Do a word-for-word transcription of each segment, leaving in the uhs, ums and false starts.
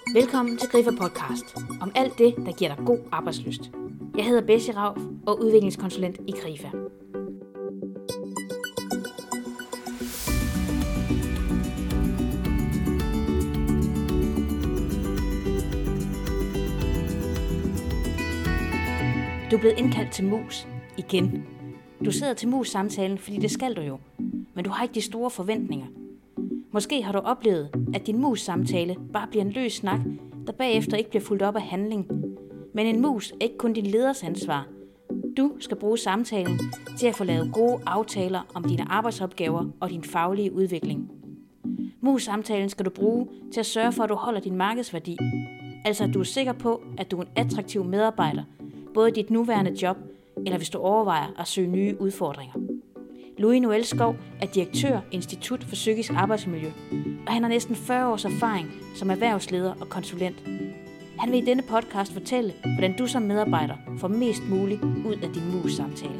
Velkommen til Grifer Podcast, om alt det, der giver dig god arbejdslyst. Jeg hedder Bessie Rauf og udviklingskonsulent i Grifa. Du er blevet indkaldt til mus igen. Du sidder til mus-samtalen, fordi det skal du jo, men du har ikke de store forventninger. Måske har du oplevet, at din mus-samtale bare bliver en løs snak, der bagefter ikke bliver fulgt op af handling. Men en mus er ikke kun din leders ansvar. Du skal bruge samtalen til at få lavet gode aftaler om dine arbejdsopgaver og din faglige udvikling. Mus-samtalen skal du bruge til at sørge for, at du holder din markedsværdi. Altså at du er sikker på, at du er en attraktiv medarbejder, både i dit nuværende job, eller hvis du overvejer at søge nye udfordringer. Louis Noel Skov er direktør i Institut for Psykisk Arbejdsmiljø, og han har næsten fyrre års erfaring som erhvervsleder og konsulent. Han vil i denne podcast fortælle, hvordan du som medarbejder får mest muligt ud af din mus-samtale.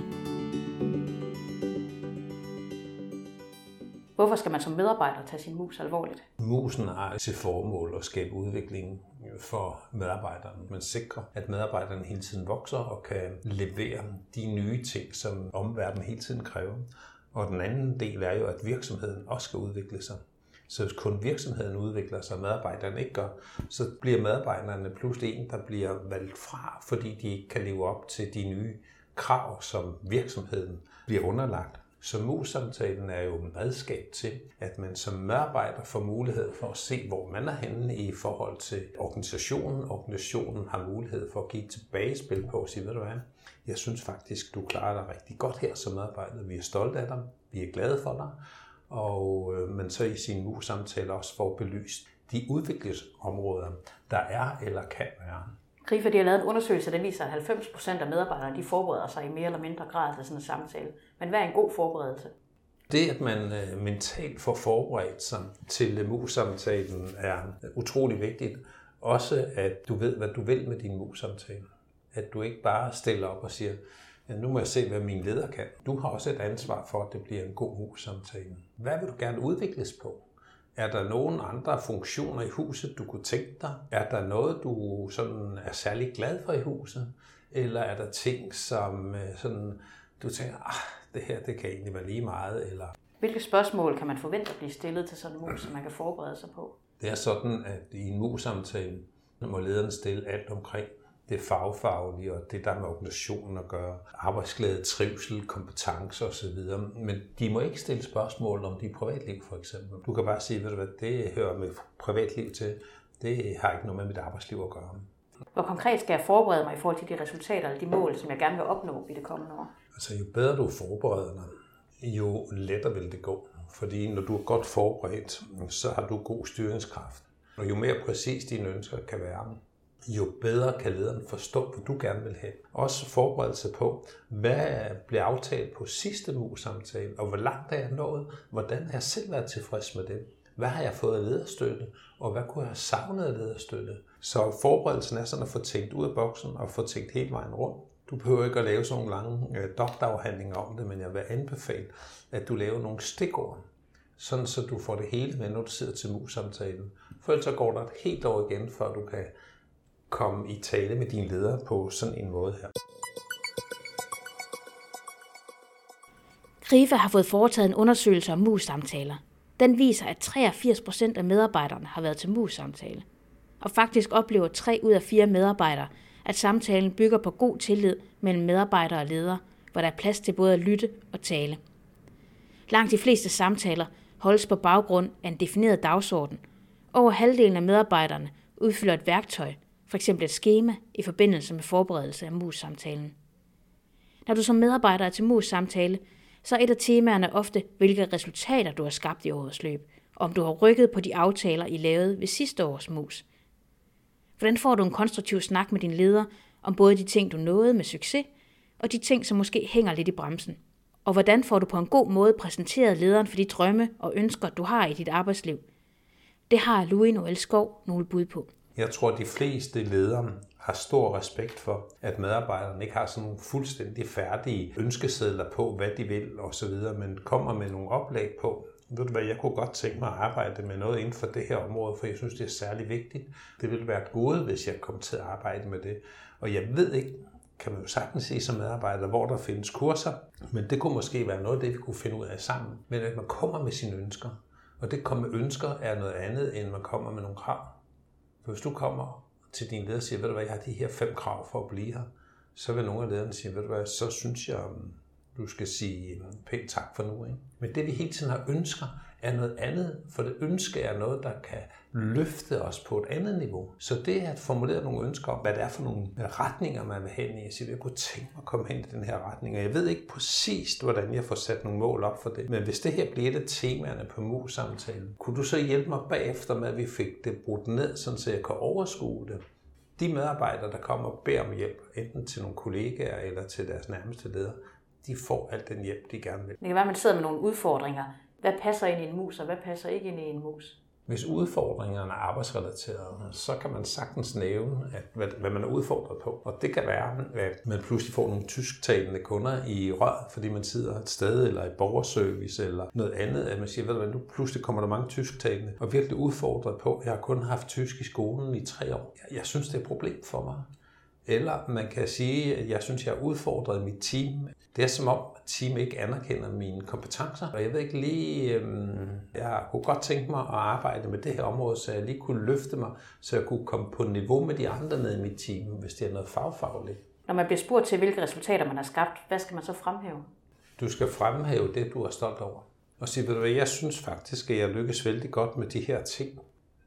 Hvorfor skal man som medarbejder tage sin mus alvorligt? Musen har til formål at skabe udvikling for medarbejderne. Man sikrer, at medarbejderne hele tiden vokser og kan levere de nye ting, som omverdenen hele tiden kræver. Og den anden del er jo, at virksomheden også skal udvikle sig. Så hvis kun virksomheden udvikler sig, og medarbejderne ikke gør, så bliver medarbejderne pludselig en, der bliver valgt fra, fordi de ikke kan leve op til de nye krav, som virksomheden bliver underlagt. Så mus-samtalen er jo et redskab til, at man som medarbejder får mulighed for at se, hvor man er henne i forhold til organisationen. Organisationen har mulighed for at give et tilbagespil på og sige, ved du hvad, jeg synes faktisk, du klarer dig rigtig godt her som medarbejder. Vi er stolte af dig, vi er glade for dig, og øh, man så i sin mus-samtale også får belyst de udviklingsområder, der er eller kan være. Grifa, de har lavet en undersøgelse, der viser, at halvfems procent af medarbejderne de forbereder sig i mere eller mindre grad til sådan en samtale. Men hvad er en god forberedelse? Det, at man øh, mentalt får forberedt sig til mus-samtalen, er utrolig vigtigt. Også, at du ved, hvad du vil med din mus-samtale. At du ikke bare stiller op og siger, ja, nu må jeg se, hvad min leder kan. Du har også et ansvar for, at det bliver en god mus-samtale. Hvad vil du gerne udvikles på? Er der nogle andre funktioner i huset, du kunne tænke dig? Er der noget, du sådan er særlig glad for i huset? Eller er der ting, som sådan, du tænker, ah, det her det kan egentlig være lige meget? Eller... Hvilke spørgsmål kan man forvente at blive stillet til sådan en mus, som man kan forberede sig på? Det er sådan, at i en mus-samtale må lederen stille alt omkring det fagfaglige og det, der med organisationen at gøre, arbejdsglæde, trivsel, kompetencer osv. Men de må ikke stille spørgsmål om dit privatliv, for eksempel. Du kan bare sige, ved du hvad, det hører med privatliv til. Det har ikke noget med mit arbejdsliv at gøre. Hvor konkret skal jeg forberede mig i forhold til de resultater eller de mål, som jeg gerne vil opnå i det kommende år? Altså, jo bedre du forbereder dig, jo lettere vil det gå. Fordi når du er godt forberedt, så har du god styringskraft. Og jo mere præcis dine ønsker kan være, jo bedre kan lederen forstå, hvad du gerne vil have. Også forberedelse på, hvad blev aftalt på sidste mus-samtale, og hvor langt er jeg nået, hvordan har jeg selv været tilfreds med det, hvad har jeg fået af lederstøtte, og hvad kunne jeg have savnet af lederstøtte. Så forberedelsen er sådan at få tænkt ud af boksen og få tænkt hele vejen rundt. Du behøver ikke at lave sådan nogle lange øh, doktorafhandlinger om det, men jeg vil anbefale, at du laver nogle stikord, sådan så du får det hele med, når du sidder til mus-samtalen. For ellers så går der et helt år igen, før du kan komme i tale med dine ledere på sådan en måde her. Grifa har fået foretaget en undersøgelse om mus-samtaler. Den viser, at treogfirs procent af medarbejderne har været til mus-samtale. Og faktisk oplever tre ud af fire medarbejdere, at samtalen bygger på god tillid mellem medarbejdere og ledere, hvor der er plads til både at lytte og tale. Langt de fleste samtaler holdes på baggrund af en defineret dagsorden. Over halvdelen af medarbejderne udfylder et værktøj, f.eks. et skema, i forbindelse med forberedelse af mus-samtalen. Når du som medarbejder er til mus-samtale, så er et af temaerne ofte, hvilke resultater du har skabt i årets løb, og om du har rykket på de aftaler, I lavede ved sidste års mus. Hvordan får du en konstruktiv snak med din leder om både de ting, du nåede med succes, og de ting, som måske hænger lidt i bremsen? Og hvordan får du på en god måde præsenteret lederen for de drømme og ønsker, du har i dit arbejdsliv? Det har Louis Noel Skov nogle bud på. Jeg tror, at de fleste ledere har stor respekt for, at medarbejderne ikke har sådan nogle fuldstændig færdige ønskesedler på, hvad de vil osv., men kommer med nogle oplæg på, Ved du hvad, jeg kunne godt tænke mig at arbejde med noget inden for det her område, for jeg synes, det er særlig vigtigt. Det ville være et gode, hvis jeg kom til at arbejde med det. Og jeg ved ikke, kan man jo sagtens se som medarbejder, hvor der findes kurser, men det kunne måske være noget af det, vi kunne finde ud af sammen. Men at man kommer med sine ønsker, og det komme med ønsker er noget andet, end man kommer med nogle krav. For hvis du kommer til din leder og siger, ved du hvad, jeg har de her fem krav for at blive her, så vil nogle af lederne sige, ved du hvad, så synes jeg, du skal sige pænt tak for nu. Ikke? Men det vi hele tiden har ønsker, er noget andet, for det ønske er noget, der kan løfte os på et andet niveau. Så det at formulere nogle ønsker om, hvad det er for nogle retninger, man vil hen i. Jeg siger, jeg kunne tænke mig at komme hen i den her retning, og jeg ved ikke præcis, hvordan jeg får sat nogle mål op for det. Men hvis det her bliver et af temaerne på M U-samtalen, kunne du så hjælpe mig bagefter med, at vi fik det brudt ned, så jeg kan overskue det? De medarbejdere, der kommer og beder om hjælp, enten til nogle kollegaer eller til deres nærmeste leder, de får al den hjælp, de gerne vil. Det kan være, at man sidder med nogle udfordringer. Hvad passer ind i en mus, og hvad passer ikke ind i en mus? Hvis udfordringerne er arbejdsrelaterede, så kan man sagtens nævne, at, hvad, hvad man er udfordret på. Og det kan være, at man pludselig får nogle tysktalende kunder i rør, fordi man sidder et sted, eller i borgerservice, eller noget andet. At man siger, ved du hvad, nu pludselig kommer der mange tysktalende, og virkelig udfordret på, jeg har kun haft tysk i skolen i tre år. Jeg, jeg synes, det er et problem for mig. Eller man kan sige, at jeg synes, jeg er udfordret i mit team. Det er som om, at team ikke anerkender mine kompetencer. Og jeg ved ikke lige, øhm, jeg kunne godt tænke mig at arbejde med det her område, så jeg lige kunne løfte mig, så jeg kunne komme på niveau med de andre nede i mit team, hvis det er noget fagfagligt. Når man bliver spurgt til, hvilke resultater man har skabt, hvad skal man så fremhæve? Du skal fremhæve det, du er stolt over. Og sige, ved du hvad, jeg synes faktisk, at jeg lykkes vældig godt med de her ting,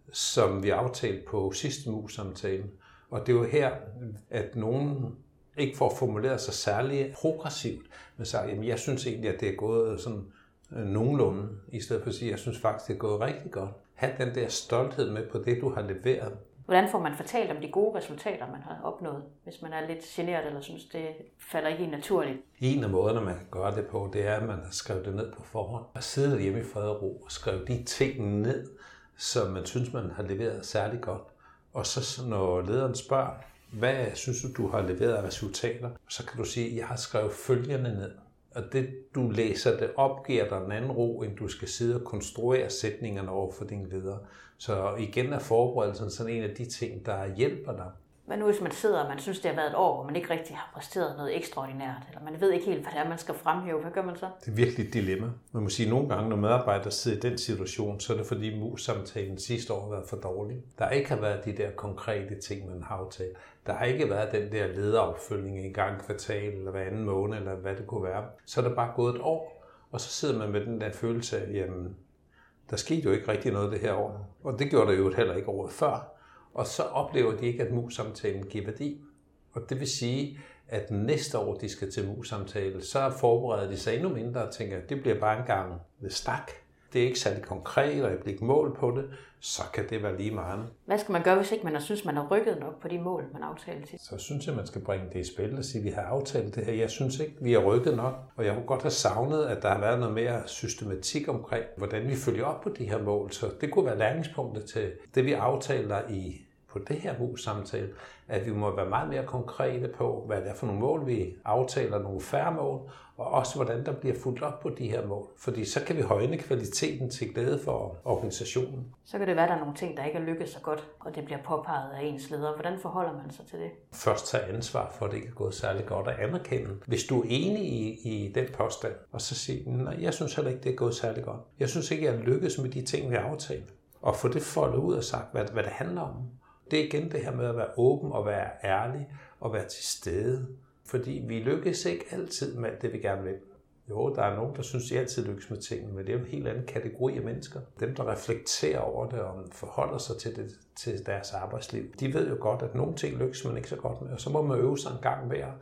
som vi aftalte på sidste M U-samtalen. Og det er jo her, at nogen ikke får formuleret sig særlig progressivt, men siger, jamen jeg synes egentlig, at det er gået sådan nogenlunde, i stedet for at sige, at jeg synes faktisk, det er gået rigtig godt. Ha' den der stolthed med på det, du har leveret. Hvordan får man fortalt om de gode resultater, man har opnået, hvis man er lidt generet eller synes, det falder ikke i naturligt? En af måderne, man kan gøre det på, det er, at man har skrevet det ned på forhånd. Og sidde hjemme i fred og ro og skrive de ting ned, som man synes, man har leveret særlig godt. Og så når lederen spørger, hvad synes du, du har leveret af resultater, så kan du sige, at jeg har skrevet følgende ned. Og det, du læser det op, giver dig en anden ro, end du skal sidde og konstruere sætningerne over for dine ledere. Så igen er forberedelsen sådan en af de ting, der hjælper dig. Hvad nu, hvis man sidder, og man synes, det har været et år, hvor man ikke rigtig har præsteret noget ekstraordinært, eller man ved ikke helt, hvad det er, man skal fremhæve. Hvad gør man så? Det er virkelig et dilemma. Man må sige, at nogle gange, når medarbejdere sidder i den situation, så er det fordi M U-samtalen sidste år har været for dårlig. Der har ikke været de der konkrete ting, man har aftalt. Der har ikke været den der lederopfølgning i en gang kvartal, eller hver anden måned, eller hvad det kunne være. Så er der bare gået et år, og så sidder man med den der følelse af, jamen, der skete jo ikke rigtig noget det her år. Og det gjorde der jo heller ikke året før. Og så oplever de ikke, at M U-samtalen giver værdi. Og det vil sige, at næste år, de skal til M U-samtale, så forbereder de sig endnu mindre og tænker, at det bliver bare en gang ved stak. Det er ikke særlig konkret, og jeg bliver ikke mål på det, så kan det være lige meget. Hvad skal man gøre, hvis ikke man har synes, man har rykket nok på de mål, man aftalte til? Så synes jeg, man skal bringe det i spil og sige, at vi har aftalt det her. Jeg synes ikke, vi har rykket nok, og jeg kunne godt have savnet, at der har været noget mere systematik omkring, hvordan vi følger op på de her mål. Så det kunne være læringspunktet til det, vi aftaler i på det her M U-samtale, at vi må være meget mere konkrete på, hvad det er for nogle mål, vi aftaler, nogle færre mål, og også hvordan der bliver fulgt op på de her mål. Fordi så kan vi højne kvaliteten til glæde for organisationen. Så kan det være, at der er nogle ting, der ikke er lykkedes så godt, og det bliver påpeget af ens leder. Hvordan forholder man sig til det? Først tage ansvar for, at det ikke er gået særlig godt, og anerkende. Hvis du er enig i, i den påstand, og så sige, nej, jeg synes heller ikke, det er gået særlig godt. Jeg synes ikke, jeg har lykkes med de ting, vi har aftalt. Og få det foldet ud og sagt, hvad, hvad det handler om. Det er igen det her med at være åben og være ærlig og være til stede. Fordi vi lykkes ikke altid med alt det, vi gerne vil. Jo, der er nogen, der synes, at de altid lykkes med tingene, men det er jo en helt anden kategori af mennesker. Dem, der reflekterer over det og forholder sig til, det, til deres arbejdsliv, de ved jo godt, at nogle ting lykkes man ikke så godt med, og så må man øve sig en gang mere.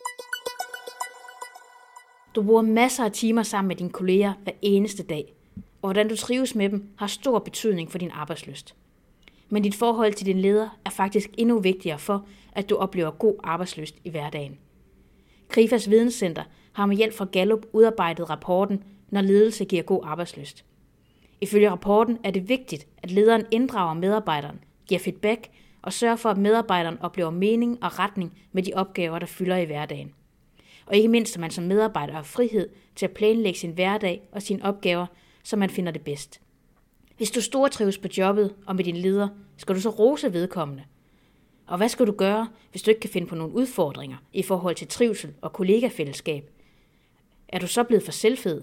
Du bruger masser af timer sammen med dine kolleger hver eneste dag, og hvordan du trives med dem har stor betydning for din arbejdslyst. Men dit forhold til din leder er faktisk endnu vigtigere for, at du oplever god arbejdslyst i hverdagen. Krifas Videnscenter har med hjælp fra Gallup udarbejdet rapporten, når ledelse giver god arbejdslyst. Ifølge rapporten er det vigtigt, at lederen inddrager medarbejderen, giver feedback og sørger for, at medarbejderen oplever mening og retning med de opgaver, der fylder i hverdagen. Og ikke mindst, at man som medarbejder har frihed til at planlægge sin hverdag og sine opgaver, så man finder det bedst. Hvis du stortrives på jobbet og med din leder, skal du så rose vedkommende. Og hvad skal du gøre, hvis du ikke kan finde på nogle udfordringer i forhold til trivsel og kollegafællesskab? Er du så blevet for selvfed?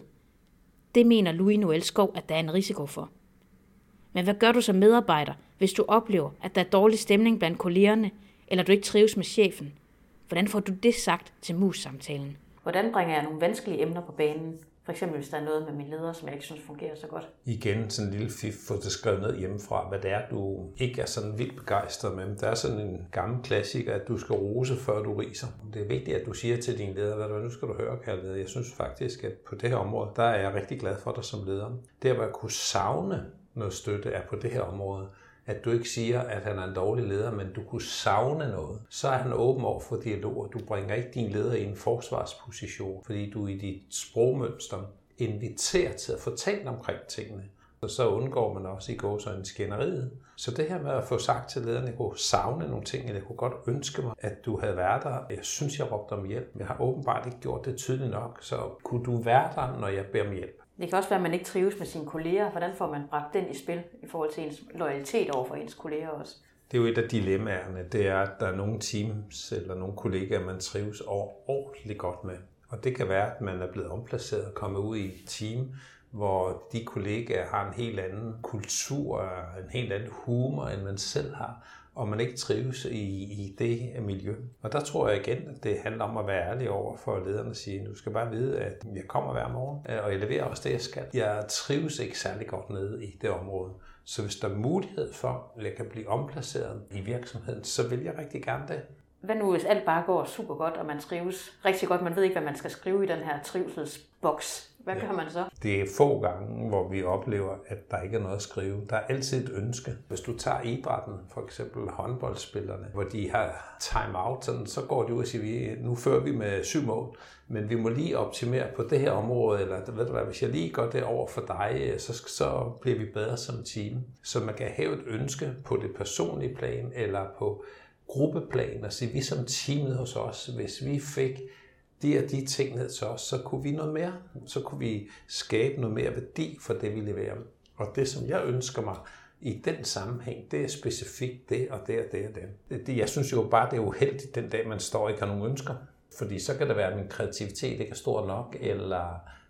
Det mener Louis Noel Skov, at der er en risiko for. Men hvad gør du som medarbejder, hvis du oplever, at der er dårlig stemning blandt kollegerne, eller du ikke trives med chefen? Hvordan får du det sagt til mus-samtalen? Hvordan bringer jeg nogle vanskelige emner på banen? For eksempel hvis der er noget med min leder, som jeg ikke synes fungerer så godt. Igen sådan en lille fif, få det skrevet ned hjemmefra, hvad det er, du ikke er sådan vildt begejstret med. Der er sådan en gammel klassiker, at du skal rose, før du riser. Det er vigtigt, at du siger til din leder, hvad nu skal du høre, kære leder. Jeg synes faktisk, at på det her område, der er jeg rigtig glad for dig som leder. Det at kunne savne noget støtte er på det her område. At du ikke siger, at han er en dårlig leder, men du kunne savne noget. Så er han åben over for dialog. Du bringer ikke din leder i en forsvarsposition, fordi du i dit sprogmønster inviterer til at fortælle omkring tingene. Og så undgår man også i gåseøjne skænderiet. Så det her med at få sagt til lederen, at jeg kunne savne nogle ting, eller jeg kunne godt ønske mig, at du havde været der. Jeg synes, jeg råbte om hjælp. Jeg har åbenbart ikke gjort det tydeligt nok, så kunne du være der, når jeg beder om hjælp? Det kan også være, at man ikke trives med sine kolleger. Hvordan får man bragt den i spil i forhold til ens loyalitet over for ens kolleger også? Det er jo et af dilemmaerne. Det er, at der er nogle teams eller nogle kollegaer, man trives ordentligt godt med. Og det kan være, at man er blevet omplaceret og kommet ud i et team, hvor de kollegaer har en helt anden kultur, en helt anden humor, end man selv har, og man ikke trives i, i det miljø. Og der tror jeg igen, at det handler om at være ærlig over for lederne og sige, du skal bare vide, at jeg kommer hver morgen, og jeg leverer også det, jeg skal. Jeg trives ikke særlig godt nede i det område. Så hvis der er mulighed for, at jeg kan blive omplaceret i virksomheden, så vil jeg rigtig gerne det. Hvad nu, hvis alt bare går super godt, og man trives rigtig godt, man ved ikke, hvad man skal skrive i den her trivselsboks? Hvad ja. Gør man så? Det er få gange, hvor vi oplever, at der ikke er noget at skrive. Der er altid et ønske. Hvis du tager idrætten, for eksempel håndboldspillerne, hvor de har time-out, så går de ud og siger, nu fører vi med syv mål, men vi må lige optimere på det her område, eller ved du hvad, hvis jeg lige går derover for dig, så, så bliver vi bedre som team. Så man kan have et ønske på det personlige plan, eller på gruppeplan, og sige, vi som teamet hos os, hvis vi fik de og de ting ned til os, så kunne vi noget mere. Så kunne vi skabe noget mere værdi for det, vi leverer. Og det, som jeg ønsker mig i den sammenhæng, det er specifikt det og det og det og det. det jeg synes jo bare, det er uheldigt den dag, man står og ikke har nogen ønsker. Fordi så kan det være, at min kreativitet ikke er stor nok, eller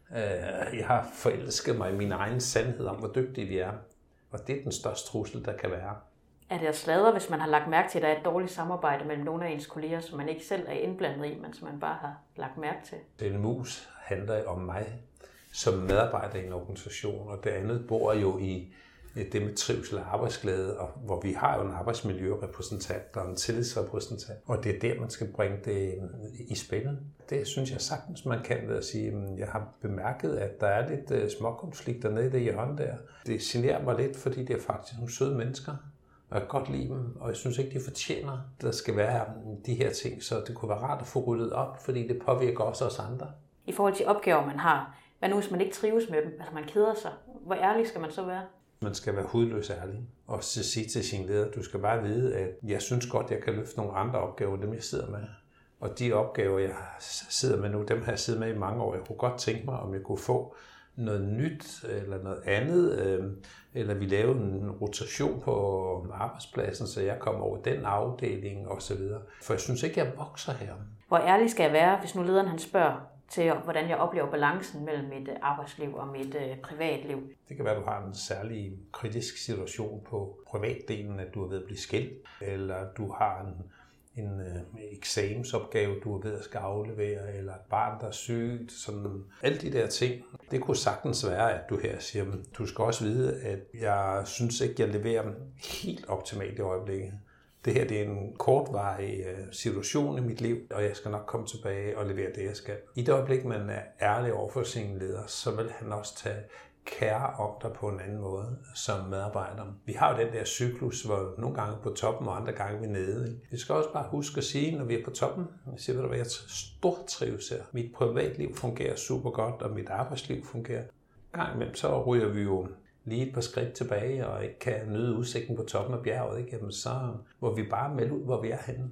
øh, jeg har forelsket mig i min egen sandhed om, hvor dygtige vi er. Og det er den største trussel, der kan være. Er det at sladre, hvis man har lagt mærke til, at der er et dårligt samarbejde mellem nogle af ens kolleger, som man ikke selv er indblandet i, men som man bare har lagt mærke til? Den mus handler om mig som medarbejder i en organisation, og det andet bor jo i det med trivsel og arbejdsglæde, og hvor vi har jo en arbejdsmiljørepræsentant og en tillidsrepræsentant, og det er der, man skal bringe det i spil. Det synes jeg sagtens, man kan ved at sige, at jeg har bemærket, at der er lidt småkonflikter nede i det hjørne der. Det generer mig lidt, fordi det er faktisk nogle søde mennesker. Og jeg kan godt lide dem, og jeg synes ikke, de fortjener, at der skal være de her ting, så det kunne være rart at få ryddet op, fordi det påvirker også os andre. I forhold til opgaver, man har, hvad nu hvis man ikke trives med dem, altså man keder sig, hvor ærlig skal man så være? Man skal være hudløs ærlig, og så sige til sin leder, du skal bare vide, at jeg synes godt, jeg kan løfte nogle andre opgaver, dem jeg sidder med. Og de opgaver, jeg sidder med nu, dem har jeg siddet med i mange år. Jeg kunne godt tænke mig, om jeg kunne få noget nyt eller noget andet, øh, eller vi laver en rotation på arbejdspladsen, så jeg kommer over den afdeling osv. For jeg synes ikke, jeg vokser her. Hvor ærlig skal jeg være, hvis nu lederen han spørger til, hvordan jeg oplever balancen mellem mit arbejdsliv og mit øh, privatliv? Det kan være, at du har en særlig kritisk situation på privatdelen, at du er ved at blive skilt, eller du har en en øh, eksamensopgave, du er ved at skal aflevere, eller et barn, der er sygt, sådan alle de der ting. Det kunne sagtens være, at du her siger, du skal også vide, at jeg synes ikke, jeg leverer helt optimalt i øjeblikket. Det her det er en kortvarig situation i mit liv, og jeg skal nok komme tilbage og levere det, jeg skal. I det øjeblik, man er ærlig over for sin leder, så vil han også tage kære om dig på en anden måde som medarbejder. Vi har jo den der cyklus, hvor nogle gange er på toppen, og andre gange vi er nede. Ikke? Vi skal også bare huske at sige, når vi er på toppen, jeg siger, ved du hvad, jeg stort trives her. Mit privatliv fungerer super godt, og mit arbejdsliv fungerer. Gang imellem, så ryger vi jo lige et par skridt tilbage, og ikke kan nyde udsigten på toppen af bjerget. Ikke? Jamen, så må vi bare melde ud, hvor vi er henne.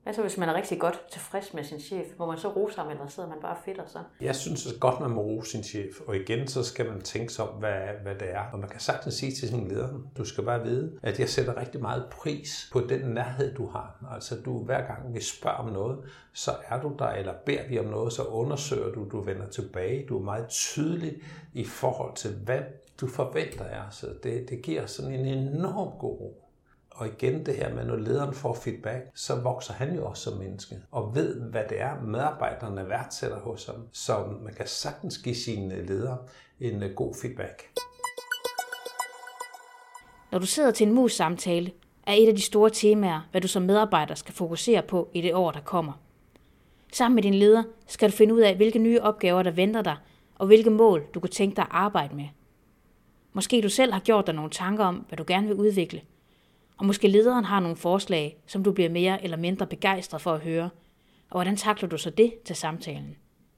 Hvad så, hvis man er rigtig godt tilfreds med sin chef? Må man så rose ham, eller sidder man bare fedt og så? Jeg synes godt, man må rose sin chef. Og igen, så skal man tænke sig om, hvad, hvad det er. Og man kan sagtens sige til sin leder, du skal bare vide, at jeg sætter rigtig meget pris på den nærhed, du har. Altså, du hver gang vi spørger om noget, så er du der, eller beder vi om noget, så undersøger du, du vender tilbage. Du er meget tydelig i forhold til, hvad du forventer af os. Det, det giver sådan en enorm god ro. Og igen det her med, når lederen får feedback, så vokser han jo også som menneske, og ved, hvad det er, medarbejderne værdsætter hos ham. Så man kan sagtens give sine ledere en god feedback. Når du sidder til en mus-samtale, er et af de store temaer, hvad du som medarbejder skal fokusere på i det år, der kommer. Sammen med din leder skal du finde ud af, hvilke nye opgaver, der venter dig, og hvilke mål, du kunne tænke dig at arbejde med. Måske du selv har gjort dig nogle tanker om, hvad du gerne vil udvikle. Og måske lederen har nogle forslag, som du bliver mere eller mindre begejstret for at høre. Og hvordan takler du så det til samtalen?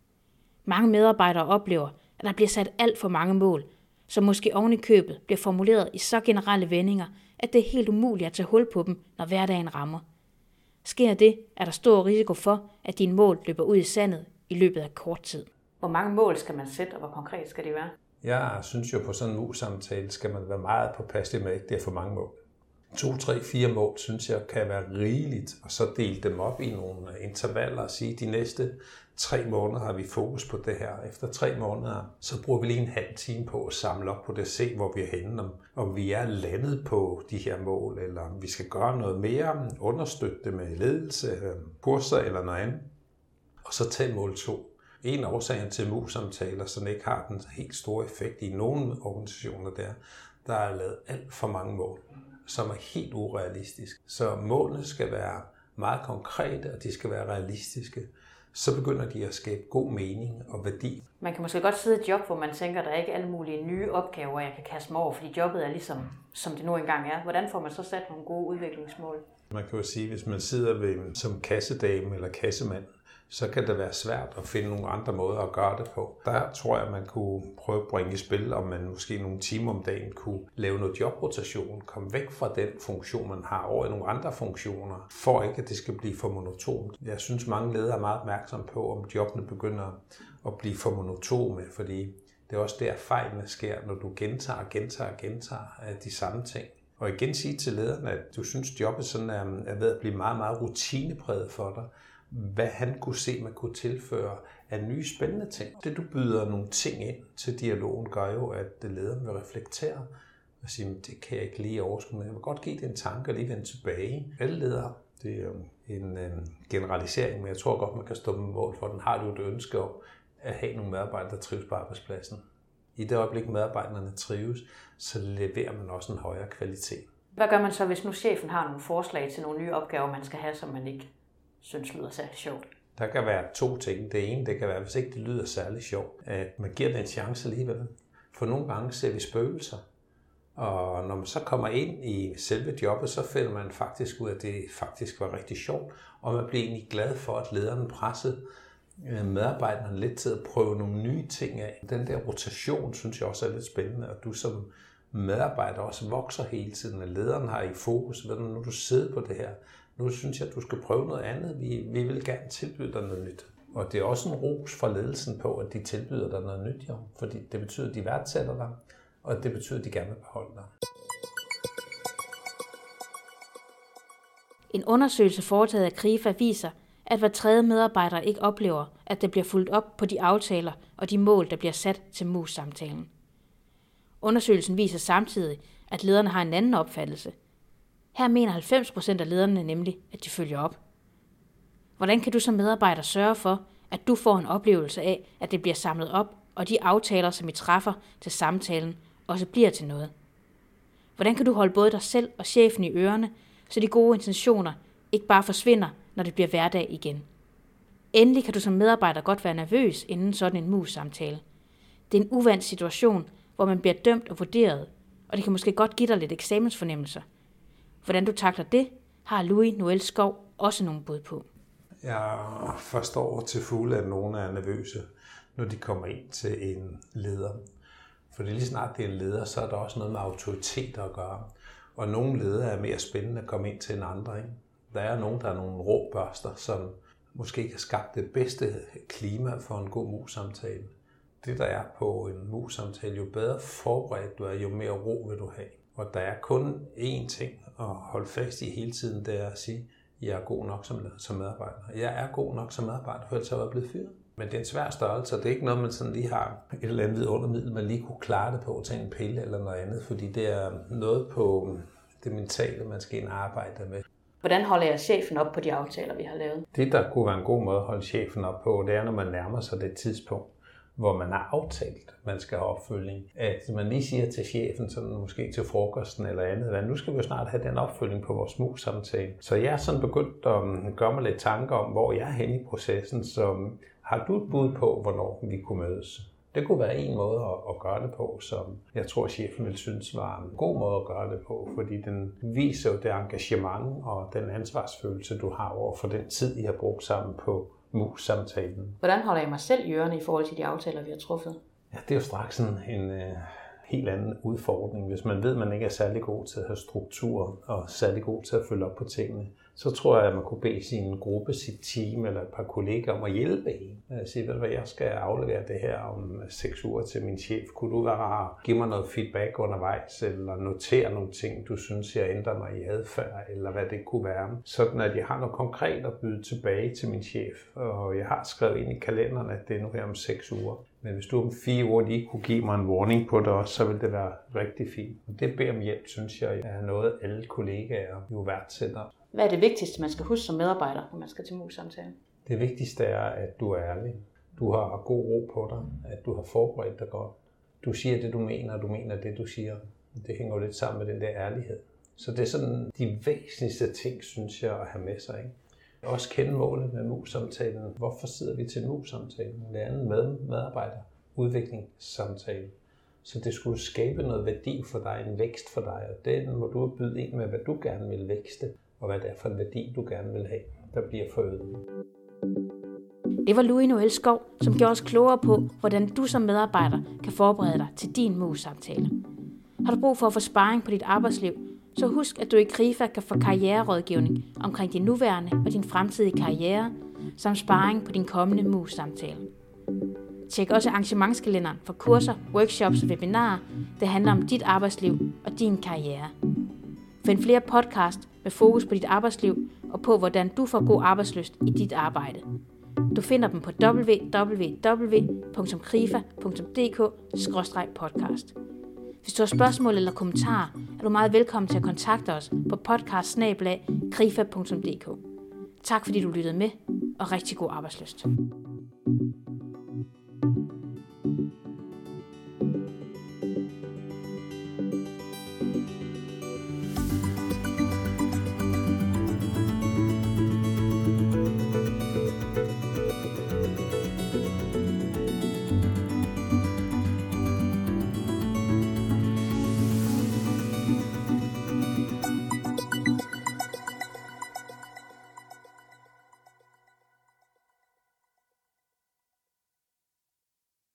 Mange medarbejdere oplever, at der bliver sat alt for mange mål, som måske oven i købet bliver formuleret i så generelle vendinger, at det er helt umuligt at tage hul på dem, når hverdagen rammer. Sker det, er der stor risiko for, at dine mål løber ud i sandet i løbet af kort tid. Hvor mange mål skal man sætte, og hvor konkret skal de være? Jeg synes jo, på sådan en mus-samtale skal man være meget påpasselig med, at det er for mange mål. To, tre, fire mål, synes jeg, kan være rigeligt, og så dele dem op i nogle intervaller og sige, at de næste tre måneder har vi fokus på det her. Efter tre måneder, så bruger vi lige en halv time på at samle op på det, se hvor vi er henne, om, om vi er landet på de her mål, eller om vi skal gøre noget mere, understøtte det med ledelse, kurser eller noget andet. Og så tage mål to. En af årsagen til mus-samtaler, som ikke har den helt store effekt i nogle organisationer der, der er lavet alt for mange mål, som er helt urealistiske. Så målene skal være meget konkrete, og de skal være realistiske. Så begynder de at skabe god mening og værdi. Man kan måske godt sidde i et job, hvor man tænker, at der ikke er alle mulige nye opgaver, jeg kan kaste mig over, fordi jobbet er ligesom, som det nu engang er. Hvordan får man så sat nogle gode udviklingsmål? Man kan jo sige, hvis man sidder ved, som kassedame eller kassemand, så kan det være svært at finde nogle andre måder at gøre det på. Der tror jeg, man kunne prøve at bringe i spil, om man måske nogle timer om dagen kunne lave noget jobrotation, komme væk fra den funktion, man har, over i nogle andre funktioner, for ikke at det skal blive for monotont. Jeg synes, mange ledere er meget opmærksomme på, om jobbene begynder at blive for monotone, fordi det er også der, fejlene sker, når du gentager, gentager, gentager de samme ting. Og igen sige til lederen, at du synes, jobbet sådan er, er ved at blive meget, meget rutinepræget for dig. Hvad han kunne se, man kunne tilføre af nye spændende ting. Det, du byder nogle ting ind til dialogen, gør jo, at lederen vil reflektere og sige, det kan jeg ikke lige overskue, men jeg vil godt give det en tanke og lige vende tilbage. Alle ledere, det er jo en øh, generalisering, men jeg tror godt, man kan stå med mål for den. Har du et ønske om at have nogle medarbejdere, der trives på arbejdspladsen? I det øjeblik, medarbejderne trives, så leverer man også en højere kvalitet. Hvad gør man så, hvis nu chefen har nogle forslag til nogle nye opgaver, man skal have, som man ikke synes lyder særlig sjovt? Der kan være to ting. Det ene, det kan være, hvis ikke det lyder særlig sjovt, at man giver det en chance alligevel. For nogle gange ser vi spøgelser. Og når man så kommer ind i selve jobbet, så finder man faktisk ud af, at det faktisk var rigtig sjovt. Og man bliver egentlig glad for, at lederen pressede medarbejderne lidt til at prøve nogle nye ting af. Den der rotation, synes jeg også er lidt spændende, og du som medarbejder også vokser hele tiden, og lederen har i fokus. Ved du, når du sidder på det her, nu synes jeg, at du skal prøve noget andet. Vi, vi vil gerne tilbyde dig noget nyt. Og det er også en ros fra ledelsen på, at de tilbyder dig noget nyt, jo. Fordi det betyder, at de værdsætter dig, og det betyder, at de gerne vil beholde dig. En undersøgelse foretaget af Krifa viser, at hver tredje medarbejder ikke oplever, at det bliver fulgt op på de aftaler og de mål, der bliver sat til mus-samtalen. Undersøgelsen viser samtidig, at lederne har en anden opfattelse. Her mener halvfems procent af lederne nemlig, at de følger op. Hvordan kan du som medarbejder sørge for, at du får en oplevelse af, at det bliver samlet op, og de aftaler, som I træffer til samtalen, også bliver til noget? Hvordan kan du holde både dig selv og chefen i ørerne, så de gode intentioner ikke bare forsvinder, når det bliver hverdag igen? Endelig kan du som medarbejder godt være nervøs inden sådan en mus-samtale. Det er en uvant situation, hvor man bliver dømt og vurderet, og det kan måske godt give dig lidt eksamensfornemmelser. Hvordan du takler det, har Louis Noel Skov også nogle bud på. Jeg forstår til fulde, at nogle er nervøse, når de kommer ind til en leder. For lige snart det er en leder, så er der også noget med autoritet at gøre. Og nogle ledere er mere spændende at komme ind til en andre, ikke? Der er nogen, der er nogle rå børster, som måske ikke har skabt det bedste klima for en god mus-samtale. Det, der er på en mus-samtale, jo bedre forberedt du er, jo mere ro vil du have. Og der er kun én ting at holde fast i hele tiden, det er at sige, at jeg er god nok som, som medarbejder. Jeg er god nok som medarbejder, for ellers er jeg blevet fyret. Men det er en svær størrelse, og det er ikke noget, man sådan lige har et eller andet vidundermiddel, man lige kunne klare det på at tage en pille eller noget andet, fordi det er noget på det mentale, man skal ind og arbejde med. Hvordan holder jeg chefen op på de aftaler, vi har lavet? Det, der kunne være en god måde at holde chefen op på, det er, når man nærmer sig det tidspunkt, hvor man har aftalt, man skal have opfølgning. At man lige siger til chefen, sådan måske til frokosten eller andet, at nu skal vi jo snart have den opfølgning på vores mus-samtale. Så jeg er sådan begyndt at gøre mig lidt tanker om, hvor jeg er henne i processen, så har du et bud på, hvornår vi kunne mødes? Det kunne være en måde at gøre det på, som jeg tror, chefen ville synes var en god måde at gøre det på, fordi den viser jo det engagement og den ansvarsfølelse, du har over for den tid, I har brugt sammen på mus-samtalen. Hvordan holder jeg mig selv i ørerne i forhold til de aftaler, vi har truffet? Ja, det er jo straks en, en øh, helt anden udfordring. Hvis man ved, at man ikke er særlig god til at have struktur og særlig god til at følge op på tingene, så tror jeg, at man kunne bede sin gruppe, sit team eller et par kolleger om at hjælpe en. Jeg siger, ved du hvad, jeg skal aflevere det her om seks uger til min chef. Kunne du være rar og give mig noget feedback undervejs, eller notere nogle ting, du synes, jeg ændrer mig i adfærd, eller hvad det kunne være. Sådan at jeg har noget konkret at byde tilbage til min chef. Og jeg har skrevet ind i kalenderen, at det er nu her om seks uger. Men hvis du om fire uger lige kunne give mig en warning på det også, så ville det være rigtig fint. Og det beder om hjælp, synes jeg, er noget, alle kollegaer jo værdsætter. Hvad er det vigtigste, man skal huske som medarbejder, når man skal til mus-samtale? Det vigtigste er, at du er ærlig. Du har god ro på dig, at du har forberedt dig godt. Du siger det, du mener, og du mener det, du siger. Det hænger jo lidt sammen med den der ærlighed. Så det er sådan de væsentligste ting, synes jeg, at have med sig. Ikke? Også kende målet med mus-samtalen. Hvorfor sidder vi til mus-samtalen? Det er en med medarbejder udviklingssamtale. Så det skulle skabe noget værdi for dig, en vækst for dig, og den må du byde ind med, hvad du gerne vil vækste, og hvad det er for en værdi, du gerne vil have, der bliver forøget. Det var Louis Noel Skov, som gjorde os klogere på, hvordan du som medarbejder kan forberede dig til din mus-samtale. Har du brug for at få sparring på dit arbejdsliv, så husk, at du i Krifa kan få karriererådgivning omkring din nuværende og din fremtidige karriere, samt sparring på din kommende mus-samtale. Tjek også arrangementskalenderen for kurser, workshops og webinarer, der handler om dit arbejdsliv og din karriere. Find flere podcast med fokus på dit arbejdsliv og på, hvordan du får god arbejdslyst i dit arbejde. Du finder dem på w w w punktum krifa punktum d k skråstreg podcast. Hvis du har spørgsmål eller kommentarer, er du meget velkommen til at kontakte os på podcast snabel-a krifa punktum d k. Tak fordi du lyttede med, og rigtig god arbejdslyst.